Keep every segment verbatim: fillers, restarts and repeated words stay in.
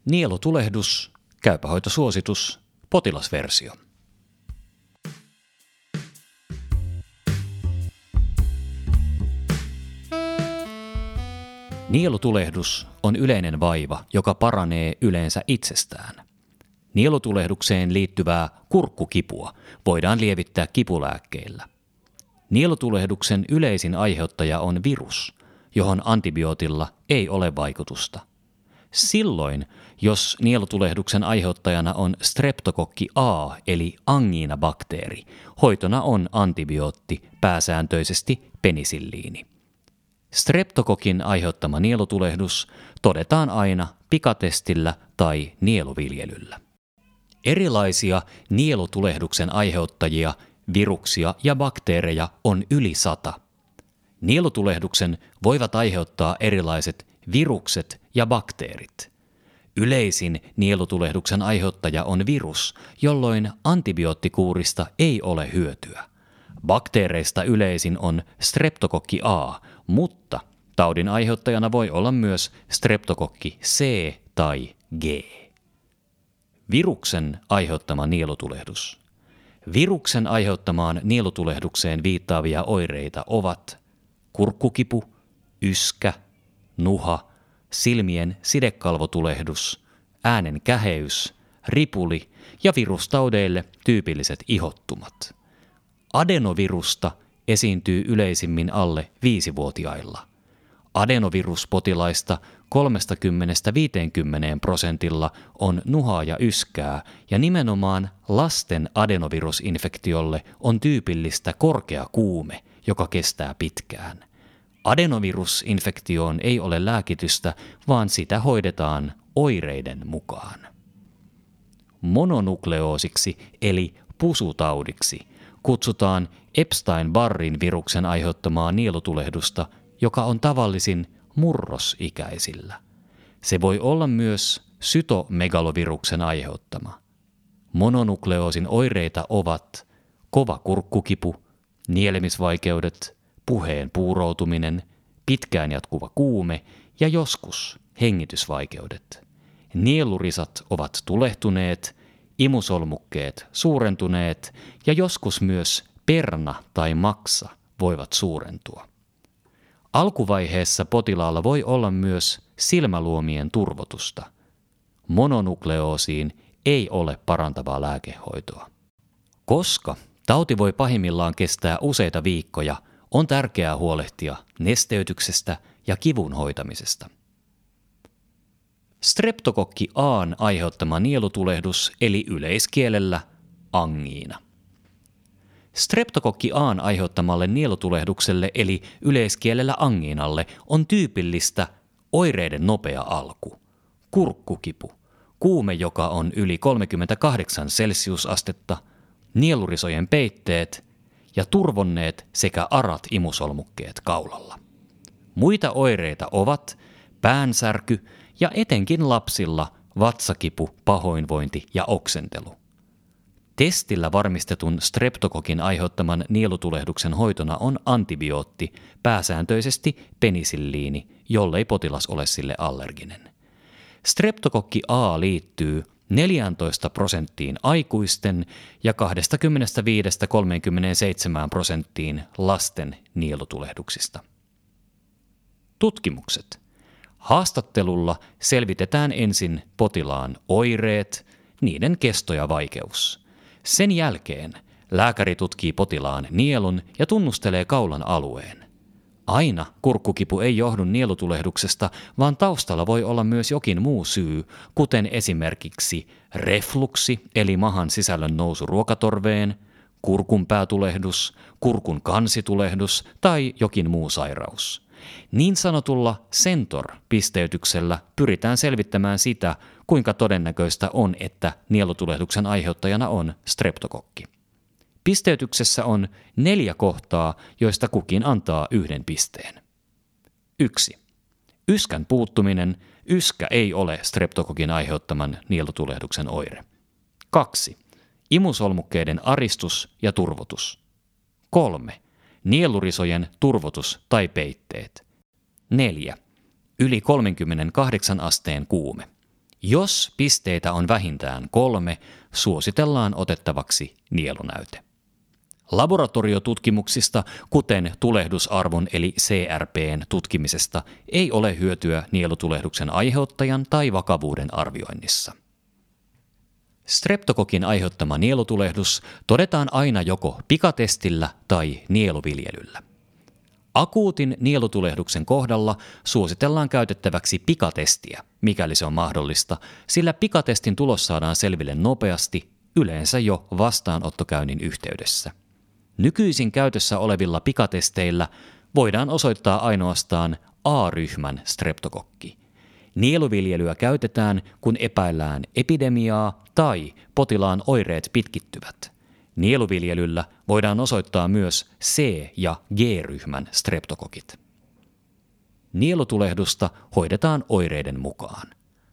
Nielutulehdus, käypähoitosuositus, potilasversio. Nielutulehdus on yleinen vaiva, joka paranee yleensä itsestään. Nielutulehdukseen liittyvää kurkkukipua voidaan lievittää kipulääkkeillä. Nielutulehduksen yleisin aiheuttaja on virus, johon antibiootilla ei ole vaikutusta. Silloin, jos nielutulehduksen aiheuttajana on streptokokki A eli angiinabakteeri, hoitona on antibiootti, pääsääntöisesti penisilliini. Streptokokin aiheuttama nielutulehdus todetaan aina pikatestillä tai nieluviljelyllä. Erilaisia nielutulehduksen aiheuttajia, viruksia ja bakteereja on yli sata. Nielutulehduksen voivat aiheuttaa erilaiset virukset ja bakteerit. Yleisin nielutulehduksen aiheuttaja on virus, jolloin antibioottikuurista ei ole hyötyä. Bakteereista yleisin on streptokokki A, mutta taudin aiheuttajana voi olla myös streptokokki C tai G. Viruksen aiheuttama nielutulehdus. Viruksen aiheuttamaan nielutulehdukseen viittaavia oireita ovat kurkkukipu, yskä, nuha, silmien sidekalvotulehdus, äänen käheys, ripuli ja virustaudeille tyypilliset ihottumat. Adenovirusta esiintyy yleisimmin alle viisivuotiailla. Adenoviruspotilaista kolmekymmentä viisikymmentä prosentilla on nuhaa ja yskää, ja nimenomaan lasten adenovirusinfektiolle on tyypillistä korkea kuume, joka kestää pitkään. Adenovirusinfektioon ei ole lääkitystä, vaan sitä hoidetaan oireiden mukaan. Mononukleoosiksi eli pusutaudiksi kutsutaan Epstein-Barrin viruksen aiheuttamaa nielutulehdusta, joka on tavallisin murrosikäisillä. Se voi olla myös sytomegaloviruksen aiheuttama. Mononukleoosin oireita ovat kova kurkkukipu, nielemisvaikeudet, puheen puuroutuminen, pitkään jatkuva kuume ja joskus hengitysvaikeudet. Nielurisat ovat tulehtuneet, imusolmukkeet suurentuneet ja joskus myös perna tai maksa voivat suurentua. Alkuvaiheessa potilaalla voi olla myös silmäluomien turvotusta. Mononukleoosiin ei ole parantavaa lääkehoitoa. Koska tauti voi pahimmillaan kestää useita viikkoja, on tärkeää huolehtia nesteytyksestä ja kivun hoitamisesta. Streptokokki A:n aiheuttama nielutulehdus eli yleiskielellä angiina. Streptokokki A:n aiheuttamalle nielutulehdukselle eli yleiskielellä angiinalle on tyypillistä oireiden nopea alku, kurkkukipu, kuume, joka on yli kolmekymmentäkahdeksan celsiusastetta, nielurisojen peitteet ja turvonneet sekä arat imusolmukkeet kaulalla. Muita oireita ovat päänsärky ja etenkin lapsilla vatsakipu, pahoinvointi ja oksentelu. Testillä varmistetun streptokokin aiheuttaman nielutulehduksen hoitona on antibiootti, pääsääntöisesti penisilliini, jollei potilas ole sille allerginen. Streptokokki A liittyy neljätoista prosenttiin aikuisten ja kaksikymmentäviisi kolmekymmentäseitsemän prosenttiin lasten nielutulehduksista. Tutkimukset. Haastattelulla selvitetään ensin potilaan oireet, niiden kesto ja vaikeus. Sen jälkeen lääkäri tutkii potilaan nielun ja tunnustelee kaulan alueen. Aina kurkkukipu ei johdu nielutulehduksesta, vaan taustalla voi olla myös jokin muu syy, kuten esimerkiksi refluksi eli mahan sisällön nousu ruokatorveen, kurkunpäätulehdus, kurkun kansitulehdus tai jokin muu sairaus. Niin sanotulla Sentor-pisteytyksellä pyritään selvittämään sitä, kuinka todennäköistä on, että nielutulehduksen aiheuttajana on streptokokki. Pisteytyksessä on neljä kohtaa, joista kukin antaa yhden pisteen. yksi. Yskän puuttuminen. Yskä ei ole streptokokin aiheuttaman nielutulehduksen oire. kaksi. Imusolmukkeiden aristus ja turvotus. kolme. Nielurisojen turvotus tai peitteet. neljä. Yli kolmekymmentäkahdeksan asteen kuume. Jos pisteitä on vähintään kolme, suositellaan otettavaksi nielunäyte. Laboratoriotutkimuksista, kuten tulehdusarvon eli C R P:n tutkimisesta, ei ole hyötyä nielutulehduksen aiheuttajan tai vakavuuden arvioinnissa. Streptokokin aiheuttama nielutulehdus todetaan aina joko pikatestillä tai nieluviljelyllä. Akuutin nielutulehduksen kohdalla suositellaan käytettäväksi pikatestiä, mikäli se on mahdollista, sillä pikatestin tulos saadaan selville nopeasti, yleensä jo vastaanottokäynnin yhteydessä. Nykyisin käytössä olevilla pikatesteillä voidaan osoittaa ainoastaan A-ryhmän streptokokki. Nieluviljelyä käytetään, kun epäillään epidemiaa tai potilaan oireet pitkittyvät. Nieluviljelyllä voidaan osoittaa myös C- ja G-ryhmän streptokokit. Nielutulehdusta hoidetaan oireiden mukaan.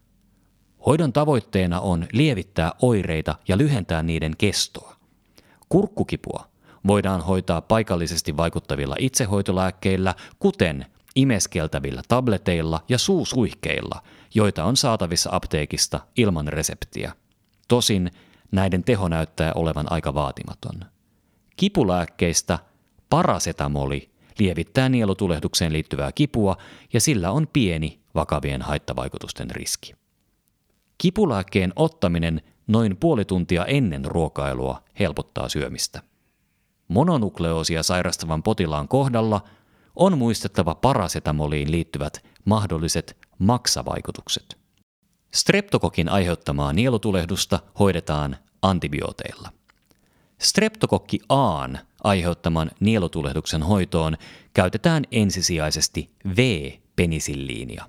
Hoidon tavoitteena on lievittää oireita ja lyhentää niiden kestoa. Kurkkukipua voidaan hoitaa paikallisesti vaikuttavilla itsehoitolääkkeillä, kuten imeskeltävillä tableteilla ja suusuihkeilla, joita on saatavissa apteekista ilman reseptiä. Tosin näiden teho näyttää olevan aika vaatimaton. Kipulääkkeistä parasetamoli lievittää nielutulehdukseen liittyvää kipua ja sillä on pieni vakavien haittavaikutusten riski. Kipulääkkeen ottaminen noin puoli tuntia ennen ruokailua helpottaa syömistä. Mononukleoosia sairastavan potilaan kohdalla on muistettava parasetamoliin liittyvät mahdolliset maksavaikutukset. Streptokokin aiheuttamaa nielutulehdusta hoidetaan antibiooteilla. Streptokokki A:n aiheuttaman nielutulehduksen hoitoon käytetään ensisijaisesti V-penisilliinia.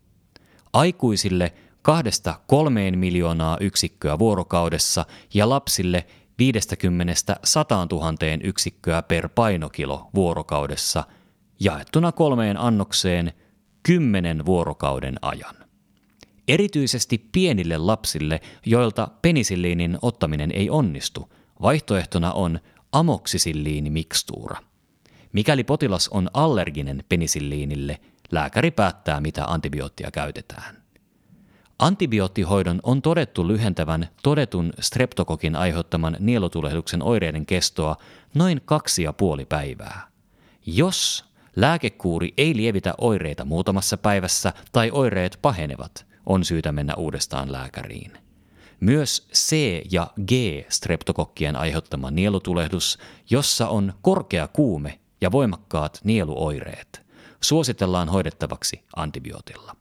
Aikuisille kahdesta kolmeen miljoonaa yksikköä vuorokaudessa ja lapsille viidestäkymmenestä sataantuhanteen yksikköä per painokilo vuorokaudessa jaettuna kolmeen annokseen kymmenen vuorokauden ajan. Erityisesti pienille lapsille, joilta penisilliinin ottaminen ei onnistu, vaihtoehtona on amoksisilliinimikstuura. Mikäli potilas on allerginen penisilliinille, lääkäri päättää, mitä antibioottia käytetään. Antibioottihoidon on todettu lyhentävän todetun streptokokin aiheuttaman nielutulehduksen oireiden kestoa noin kaksi ja puoli päivää. Jos lääkekuuri ei lievitä oireita muutamassa päivässä tai oireet pahenevat, on syytä mennä uudestaan lääkäriin. Myös C- ja G-streptokokkien aiheuttama nielutulehdus, jossa on korkea kuume ja voimakkaat nieluoireet, suositellaan hoidettavaksi antibiootilla.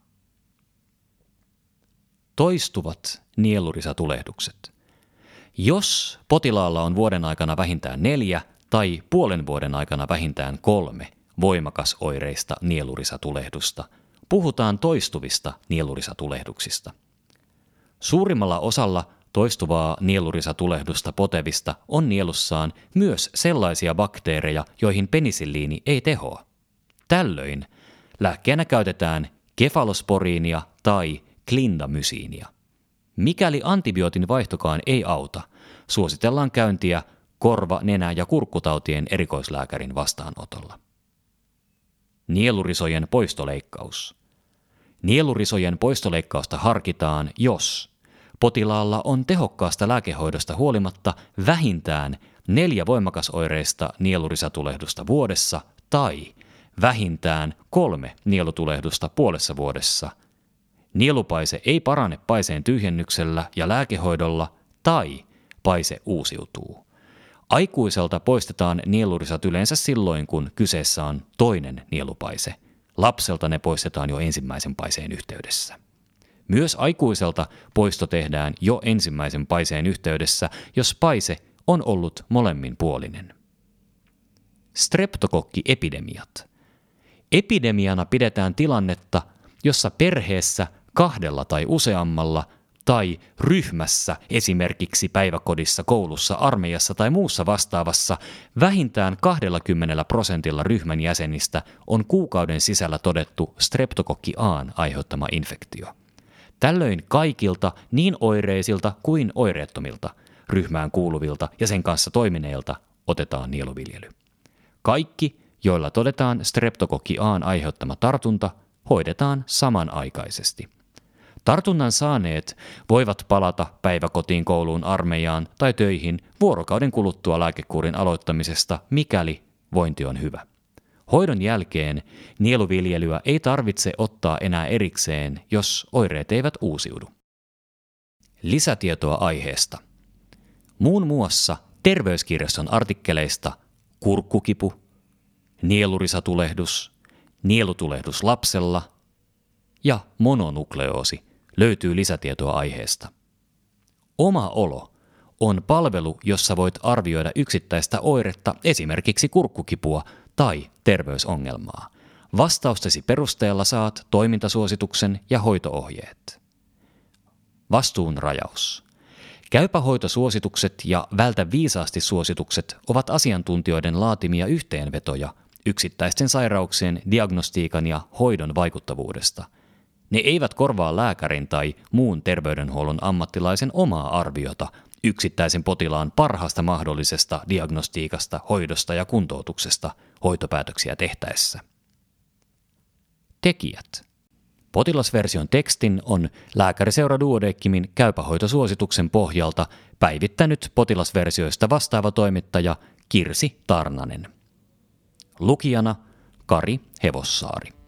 Toistuvat nielurisatulehdukset. Jos potilaalla on vuoden aikana vähintään neljä tai puolen vuoden aikana vähintään kolme voimakasoireista nielurisatulehdusta, puhutaan toistuvista nielurisatulehduksista. Suurimmalla osalla toistuvaa nielurisatulehdusta potevista on nielussaan myös sellaisia bakteereja, joihin penisilliini ei tehoa. Tällöin lääkkeenä käytetään kefalosporiinia tai klindamysiinia. Mikäli antibiootin vaihtokaan ei auta, suositellaan käyntiä korva-, nenä- ja kurkkutautien erikoislääkärin vastaanotolla. Nielurisojen poistoleikkaus. Nielurisojen poistoleikkausta harkitaan, jos potilaalla on tehokkaasta lääkehoidosta huolimatta vähintään neljä voimakasoireista nielurisatulehdusta vuodessa tai vähintään kolme nielutulehdusta puolessa vuodessa. Nielupaise ei parane paiseen tyhjennyksellä ja lääkehoidolla tai paise uusiutuu. Aikuiselta poistetaan nielurisat yleensä silloin, kun kyseessä on toinen nielupaise. Lapselta ne poistetaan jo ensimmäisen paiseen yhteydessä. Myös aikuiselta poisto tehdään jo ensimmäisen paiseen yhteydessä, jos paise on ollut molemminpuolinen. Streptokokkiepidemiat. Epidemiana pidetään tilannetta, jossa perheessä kahdella tai useammalla tai ryhmässä, esimerkiksi päiväkodissa, koulussa, armeijassa tai muussa vastaavassa, vähintään kaksikymmentä prosentilla ryhmän jäsenistä on kuukauden sisällä todettu streptokokki A:n aiheuttama infektio. Tällöin kaikilta niin oireisilta kuin oireettomilta, ryhmään kuuluvilta ja sen kanssa toimineilta otetaan nieluviljely. Kaikki, joilla todetaan streptokokki A:n aiheuttama tartunta, hoidetaan samanaikaisesti. Tartunnan saaneet voivat palata päiväkotiin, kouluun, armeijaan tai töihin vuorokauden kuluttua lääkekuurin aloittamisesta, mikäli vointi on hyvä. Hoidon jälkeen nieluviljelyä ei tarvitse ottaa enää erikseen, jos oireet eivät uusiudu. Lisätietoa aiheesta. Muun muassa Terveyskirjaston artikkeleista kurkkukipu, nielurisatulehdus, nielutulehdus lapsella ja mononukleoosi löytyy lisätietoa aiheesta. Oma olo on palvelu, jossa voit arvioida yksittäistä oiretta, esimerkiksi kurkkukipua tai terveysongelmaa. Vastaustesi perusteella saat toimintasuosituksen ja hoitoohjeet. Vastuun rajaus. Käypä hoitosuositukset ja vältä viisaasti suositukset ovat asiantuntijoiden laatimia yhteenvetoja yksittäisten sairauksien diagnostiikan ja hoidon vaikuttavuudesta. Ne eivät korvaa lääkärin tai muun terveydenhuollon ammattilaisen omaa arviota yksittäisen potilaan parhaasta mahdollisesta diagnostiikasta, hoidosta ja kuntoutuksesta hoitopäätöksiä tehtäessä. Tekijät. Potilasversion tekstin on Lääkäriseura Duodecimin Käypä hoitosuosituksen pohjalta päivittänyt potilasversioista vastaava toimittaja Kirsi Tarnanen. Lukijana Kari Hevossaari.